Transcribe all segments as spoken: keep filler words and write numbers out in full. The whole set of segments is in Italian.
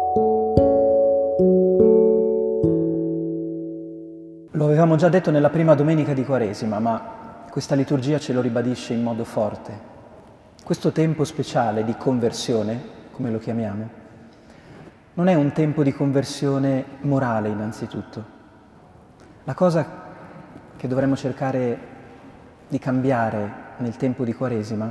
Lo avevamo già detto nella prima domenica di Quaresima, ma questa liturgia ce lo ribadisce in modo forte. Questo tempo speciale di conversione, come lo chiamiamo, non è un tempo di conversione morale innanzitutto. La cosa che dovremmo cercare di cambiare nel tempo di Quaresima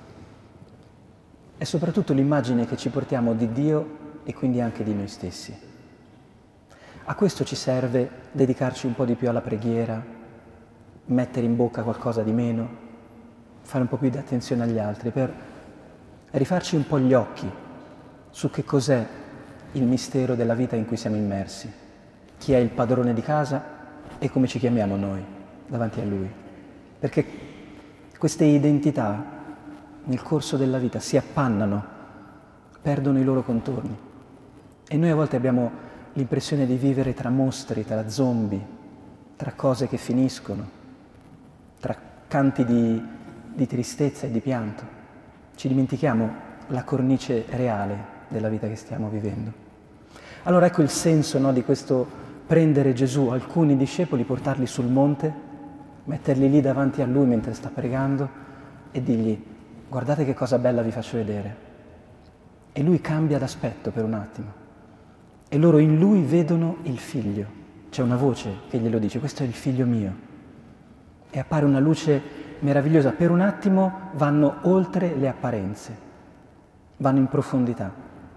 è soprattutto l'immagine che ci portiamo di Dio e quindi anche di noi stessi. A questo ci serve dedicarci un po' di più alla preghiera, mettere in bocca qualcosa di meno, fare un po' più di attenzione agli altri, per rifarci un po' gli occhi su che cos'è il mistero della vita in cui siamo immersi, chi è il padrone di casa e come ci chiamiamo noi davanti a Lui. Perché queste identità nel corso della vita si appannano, perdono i loro contorni e noi a volte abbiamo l'impressione di vivere tra mostri, tra zombie, tra cose che finiscono, tra canti di, di tristezza e di pianto. Ci dimentichiamo la cornice reale della vita che stiamo vivendo. Allora ecco il senso, no, di questo prendere Gesù, alcuni discepoli, portarli sul monte, metterli lì davanti a Lui mentre sta pregando e dirgli: guardate che cosa bella vi faccio vedere. E Lui cambia d'aspetto per un attimo. E loro in Lui vedono il Figlio. C'è una voce che glielo dice: questo è il Figlio mio. E appare una luce meravigliosa. Per un attimo vanno oltre le apparenze, vanno in profondità.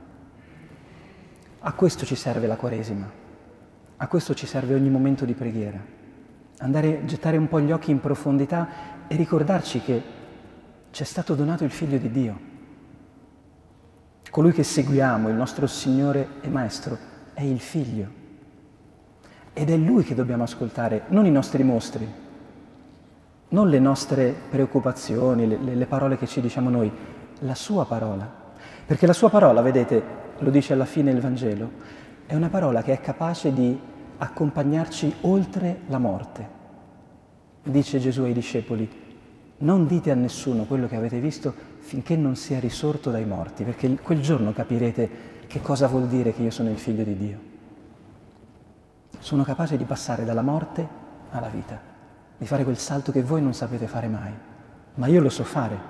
A questo ci serve la Quaresima, a questo ci serve ogni momento di preghiera. Andare a gettare un po' gli occhi in profondità e ricordarci che c'è stato donato il Figlio di Dio. Colui che seguiamo, il nostro Signore e Maestro, è il Figlio. Ed è Lui che dobbiamo ascoltare, non i nostri mostri, non le nostre preoccupazioni, le, le parole che ci diciamo noi, la Sua parola. Perché la Sua parola, vedete, lo dice alla fine il Vangelo, è una parola che è capace di accompagnarci oltre la morte. Dice Gesù ai discepoli: non dite a nessuno quello che avete visto finché non sia risorto dai morti, perché quel giorno capirete che cosa vuol dire che io sono il Figlio di Dio. Sono capace di passare dalla morte alla vita, di fare quel salto che voi non sapete fare mai, ma io lo so fare.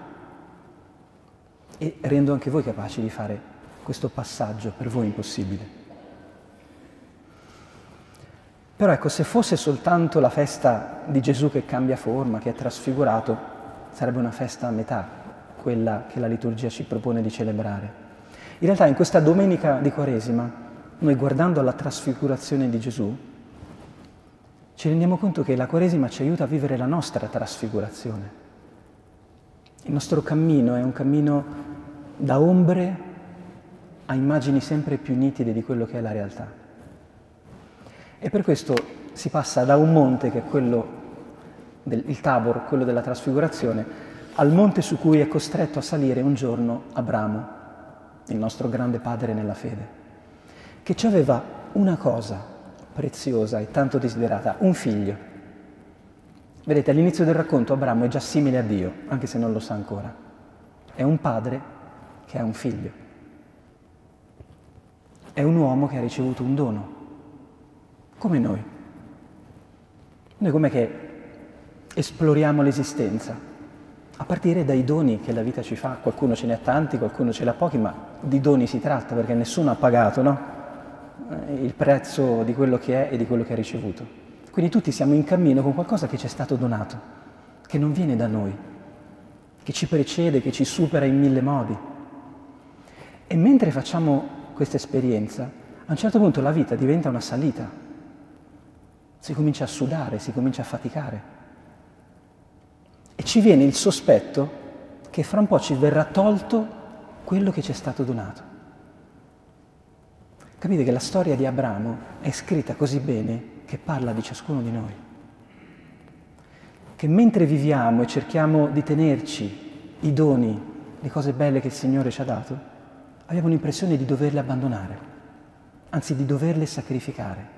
E rendo anche voi capaci di fare questo passaggio per voi impossibile. Però ecco, se fosse soltanto la festa di Gesù che cambia forma, che è trasfigurato, sarebbe una festa a metà, quella che la liturgia ci propone di celebrare. In realtà in questa domenica di Quaresima, noi guardando alla trasfigurazione di Gesù, ci rendiamo conto che la Quaresima ci aiuta a vivere la nostra trasfigurazione. Il nostro cammino è un cammino da ombre a immagini sempre più nitide di quello che è la realtà. E per questo si passa da un monte, che è quello del il Tabor, quello della trasfigurazione, al monte su cui è costretto a salire un giorno Abramo, il nostro grande padre nella fede, che ci aveva una cosa preziosa e tanto desiderata, un figlio. Vedete, all'inizio del racconto Abramo è già simile a Dio, anche se non lo sa ancora. È un padre che ha un figlio. È un uomo che ha ricevuto un dono, come noi. Noi com'è che esploriamo l'esistenza? A partire dai doni che la vita ci fa. Qualcuno ce ne ha tanti, qualcuno ce ne ha pochi, ma di doni si tratta, perché nessuno ha pagato, no? Il prezzo di quello che è e di quello che ha ricevuto. Quindi tutti siamo in cammino con qualcosa che ci è stato donato, che non viene da noi, che ci precede, che ci supera in mille modi. E mentre facciamo questa esperienza, a un certo punto la vita diventa una salita. Si comincia a sudare, si comincia a faticare. E ci viene il sospetto che fra un po' ci verrà tolto quello che ci è stato donato. Capite che la storia di Abramo è scritta così bene che parla di ciascuno di noi. Che mentre viviamo e cerchiamo di tenerci i doni, le cose belle che il Signore ci ha dato, abbiamo l'impressione di doverle abbandonare, anzi di doverle sacrificare.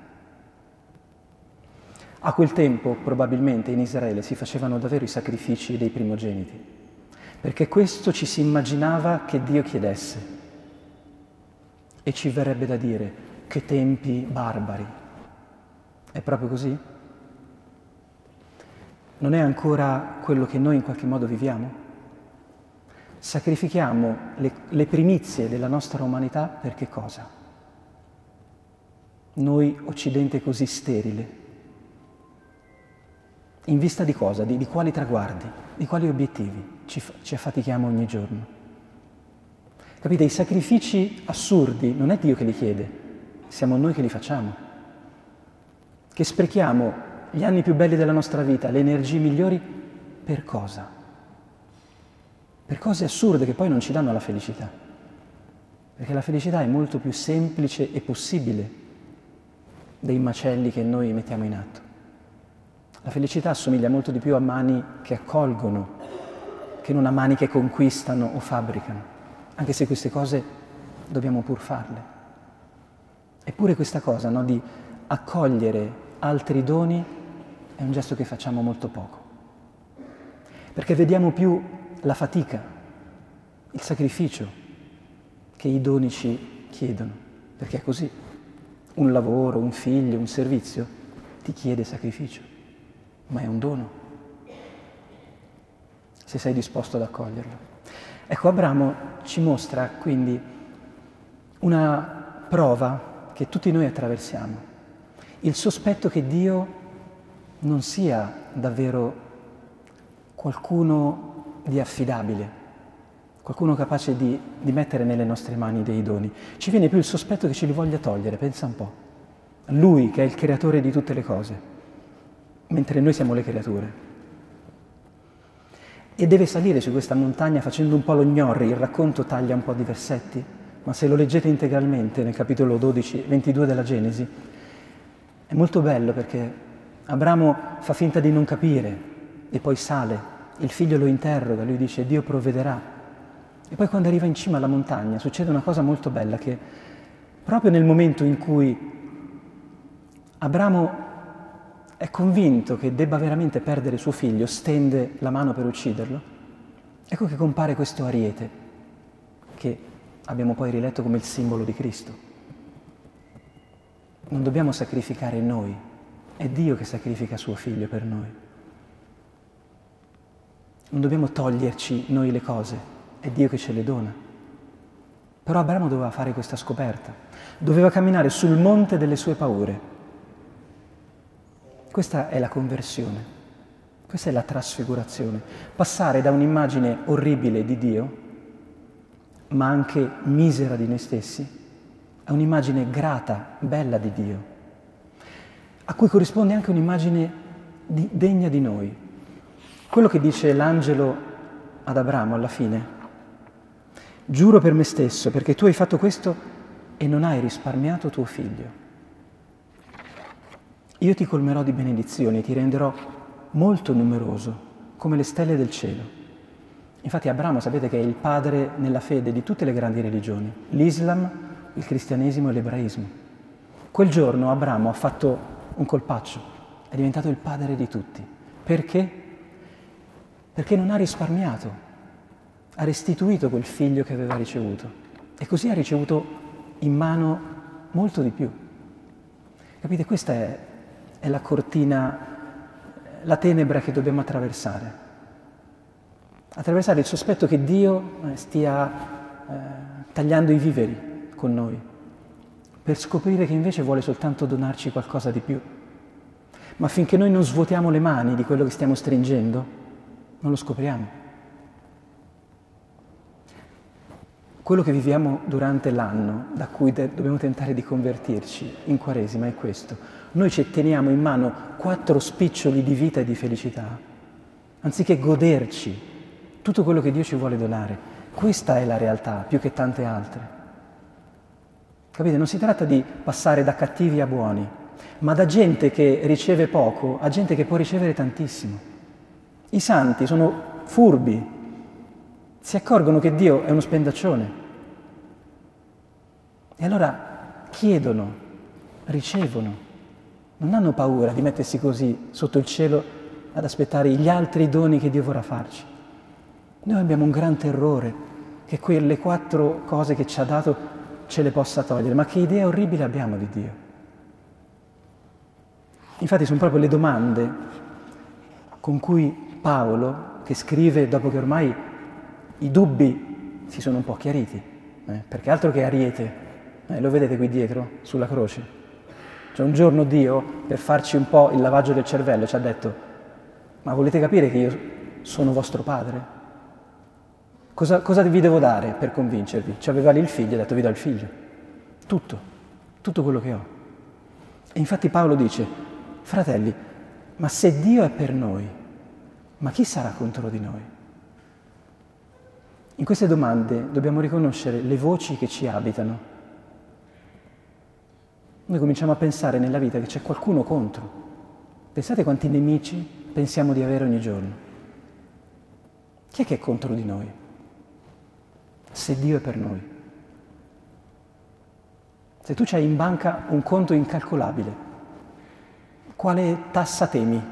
A quel tempo, probabilmente, in Israele si facevano davvero i sacrifici dei primogeniti, perché questo ci si immaginava che Dio chiedesse. E ci verrebbe da dire, che tempi barbari. È proprio così? Non è ancora quello che noi in qualche modo viviamo? Sacrifichiamo le, le primizie della nostra umanità per che cosa? Noi, Occidente così sterile. In vista di cosa? Di, di quali traguardi? Di quali obiettivi ci, ci affatichiamo ogni giorno? Capite? I sacrifici assurdi non è Dio che li chiede, siamo noi che li facciamo. Che sprechiamo gli anni più belli della nostra vita, le energie migliori, per cosa? Per cose assurde che poi non ci danno la felicità. Perché la felicità è molto più semplice e possibile dei macelli che noi mettiamo in atto. La felicità assomiglia molto di più a mani che accolgono, che non a mani che conquistano o fabbricano, anche se queste cose dobbiamo pur farle. Eppure questa cosa, no, di accogliere altri doni è un gesto che facciamo molto poco, perché vediamo più la fatica, il sacrificio che i doni ci chiedono, perché è così. Un lavoro, un figlio, un servizio ti chiede sacrificio, ma è un dono, se sei disposto ad accoglierlo. Ecco, Abramo ci mostra quindi una prova che tutti noi attraversiamo, il sospetto che Dio non sia davvero qualcuno di affidabile, qualcuno capace di, di mettere nelle nostre mani dei doni. Ci viene più il sospetto che ce li voglia togliere, pensa un po'. Lui che è il creatore di tutte le cose, mentre noi siamo le creature. E deve salire su questa montagna facendo un po' lo gnorri, il racconto taglia un po' di versetti, ma se lo leggete integralmente nel capitolo dodici, ventidue della Genesi, è molto bello perché Abramo fa finta di non capire e poi sale, il figlio lo interroga, lui dice Dio provvederà. E poi quando arriva in cima alla montagna succede una cosa molto bella, che proprio nel momento in cui Abramo è convinto che debba veramente perdere suo figlio, stende la mano per ucciderlo, ecco che compare questo ariete, che abbiamo poi riletto come il simbolo di Cristo. Non dobbiamo sacrificare noi, è Dio che sacrifica suo figlio per noi. Non dobbiamo toglierci noi le cose, è Dio che ce le dona. Però Abramo doveva fare questa scoperta, doveva camminare sul monte delle sue paure. Questa è la conversione, questa è la trasfigurazione, passare da un'immagine orribile di Dio, ma anche misera di noi stessi, a un'immagine grata, bella di Dio, a cui corrisponde anche un'immagine di, degna di noi. Quello che dice l'angelo ad Abramo alla fine: giuro per me stesso, perché tu hai fatto questo e non hai risparmiato tuo figlio. Io ti colmerò di benedizioni e ti renderò molto numeroso, come le stelle del cielo. Infatti Abramo, sapete che è il padre nella fede di tutte le grandi religioni, l'Islam, il cristianesimo e l'ebraismo. Quel giorno Abramo ha fatto un colpaccio, è diventato il padre di tutti. Perché? Perché non ha risparmiato, ha restituito quel figlio che aveva ricevuto e così ha ricevuto in mano molto di più. Capite? Questa è, è la cortina, la tenebra che dobbiamo attraversare. Attraversare il sospetto che Dio stia eh, tagliando i viveri con noi, per scoprire che invece vuole soltanto donarci qualcosa di più. Ma finché noi non svuotiamo le mani di quello che stiamo stringendo, non lo scopriamo. Quello che viviamo durante l'anno, da cui te- dobbiamo tentare di convertirci in Quaresima, è questo. Noi ci teniamo in mano quattro spiccioli di vita e di felicità, anziché goderci tutto quello che Dio ci vuole donare. Questa è la realtà, più che tante altre. Capite? Non si tratta di passare da cattivi a buoni, ma da gente che riceve poco a gente che può ricevere tantissimo. I santi sono furbi, si accorgono che Dio è uno spendaccione e allora chiedono, ricevono, non hanno paura di mettersi così sotto il cielo ad aspettare gli altri doni che Dio vorrà farci. Noi abbiamo un gran terrore che quelle quattro cose che ci ha dato ce le possa togliere, ma che idea orribile abbiamo di Dio. Infatti sono proprio le domande con cui Paolo, che scrive dopo che ormai i dubbi si sono un po' chiariti, eh, perché altro che Ariete, eh, lo vedete qui dietro, sulla croce. Cioè un giorno Dio, per farci un po' il lavaggio del cervello, ci ha detto: ma volete capire che io sono vostro padre? Cosa, cosa vi devo dare per convincervi? Ci aveva lì il figlio, ha detto: vi do il figlio. Tutto, tutto quello che ho. E infatti Paolo dice: fratelli, ma se Dio è per noi, ma chi sarà contro di noi? In queste domande dobbiamo riconoscere le voci che ci abitano. Noi cominciamo a pensare nella vita che c'è qualcuno contro. Pensate quanti nemici pensiamo di avere ogni giorno. Chi è che è contro di noi? Se Dio è per noi. Se tu c'hai in banca un conto incalcolabile, quale tassa temi?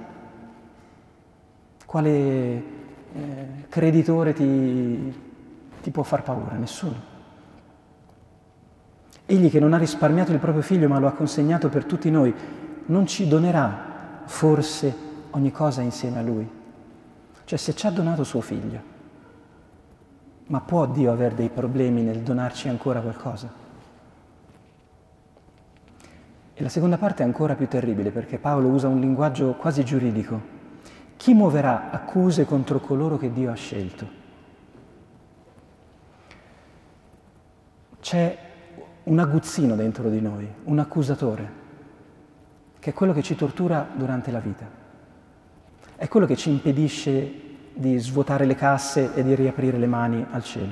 Quale eh, creditore ti, ti può far paura? Nessuno. Egli che non ha risparmiato il proprio figlio ma lo ha consegnato per tutti noi, non ci donerà forse ogni cosa insieme a lui? Cioè, se ci ha donato suo figlio, ma può Dio avere dei problemi nel donarci ancora qualcosa? E la seconda parte è ancora più terribile, perché Paolo usa un linguaggio quasi giuridico. Chi muoverà accuse contro coloro che Dio ha scelto? C'è un aguzzino dentro di noi, un accusatore, che è quello che ci tortura durante la vita. È quello che ci impedisce di svuotare le casse e di riaprire le mani al cielo.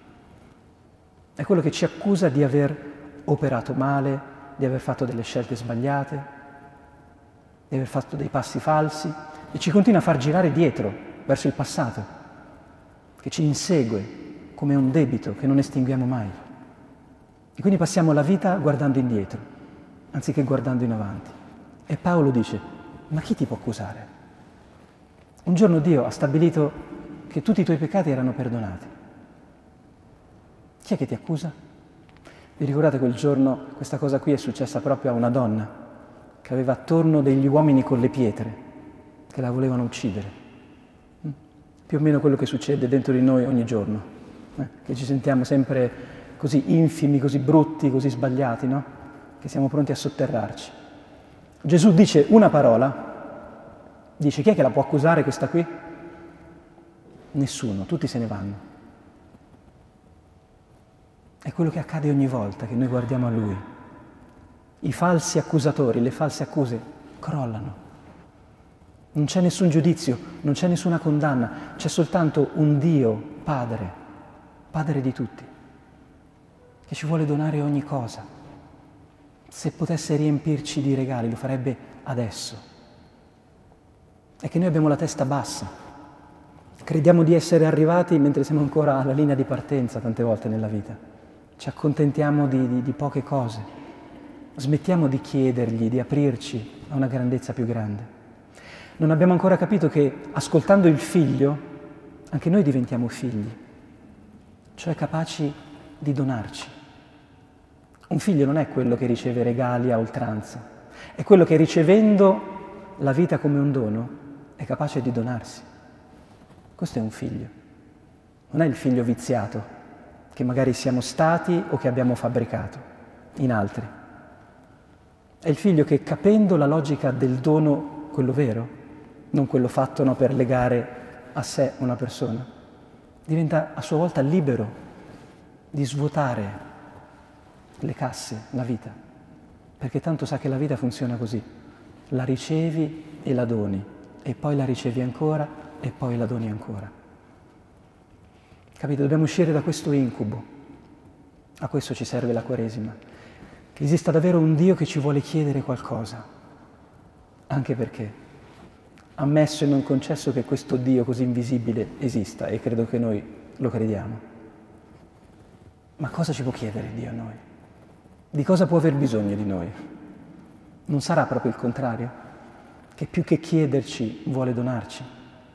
È quello che ci accusa di aver operato male, di aver fatto delle scelte sbagliate, di aver fatto dei passi falsi, e ci continua a far girare dietro, verso il passato, che ci insegue come un debito che non estinguiamo mai. E quindi passiamo la vita guardando indietro, anziché guardando in avanti. E Paolo dice: ma chi ti può accusare? Un giorno Dio ha stabilito che tutti i tuoi peccati erano perdonati. Chi è che ti accusa? Vi ricordate quel giorno, questa cosa qui è successa proprio a una donna che aveva attorno degli uomini con le pietre che la volevano uccidere. Più o meno quello che succede dentro di noi ogni giorno, eh? Che ci sentiamo sempre così infimi, così brutti, così sbagliati, no? Che siamo pronti a sotterrarci. Gesù dice una parola. Dice: chi è che la può accusare questa qui? Nessuno, tutti se ne vanno. È quello che accade ogni volta che noi guardiamo a Lui. I falsi accusatori, le false accuse crollano. Non c'è nessun giudizio, non c'è nessuna condanna, c'è soltanto un Dio, Padre, Padre di tutti, che ci vuole donare ogni cosa. Se potesse riempirci di regali, lo farebbe adesso. È che noi abbiamo la testa bassa, crediamo di essere arrivati mentre siamo ancora alla linea di partenza tante volte nella vita, ci accontentiamo di, di, di poche cose, smettiamo di chiedergli, di aprirci a una grandezza più grande. Non abbiamo ancora capito che ascoltando il Figlio anche noi diventiamo figli, cioè capaci di donarci. Un figlio non è quello che riceve regali a oltranza, è quello che ricevendo la vita come un dono è capace di donarsi. Questo è un figlio. Non è il figlio viziato, che magari siamo stati o che abbiamo fabbricato in altri. È il figlio che, capendo la logica del dono, quello vero, non quello fatto no, per legare a sé una persona, diventa a sua volta libero di svuotare le casse, la vita, perché tanto sa che la vita funziona così. La ricevi e la doni, e poi la ricevi ancora, e poi la doni ancora. Capite? Dobbiamo uscire da questo incubo. A questo ci serve la Quaresima. Che esista davvero un Dio che ci vuole chiedere qualcosa. Anche perché, ammesso e non concesso che questo Dio così invisibile esista, e credo che noi lo crediamo, ma cosa ci può chiedere Dio a noi? Di cosa può aver bisogno di noi? Non sarà proprio il contrario? Che più che chiederci vuole donarci?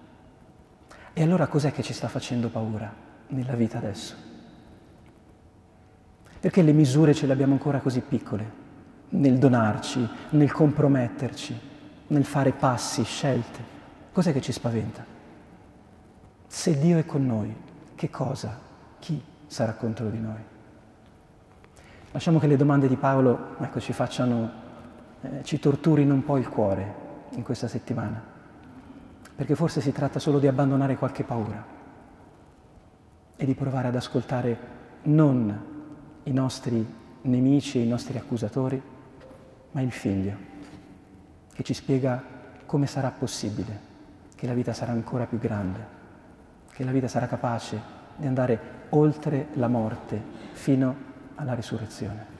E allora cos'è che ci sta facendo paura nella vita adesso? Perché le misure ce le abbiamo ancora così piccole? Nel donarci, nel comprometterci, nel fare passi, scelte. Cos'è che ci spaventa? Se Dio è con noi, che cosa, chi sarà contro di noi? Lasciamo che le domande di Paolo, ecco, ci facciano, eh, ci torturino un po' il cuore in questa settimana, perché forse si tratta solo di abbandonare qualche paura e di provare ad ascoltare non i nostri nemici e i nostri accusatori, ma il Figlio, che ci spiega come sarà possibile, che la vita sarà ancora più grande, che la vita sarà capace di andare oltre la morte fino alla risurrezione.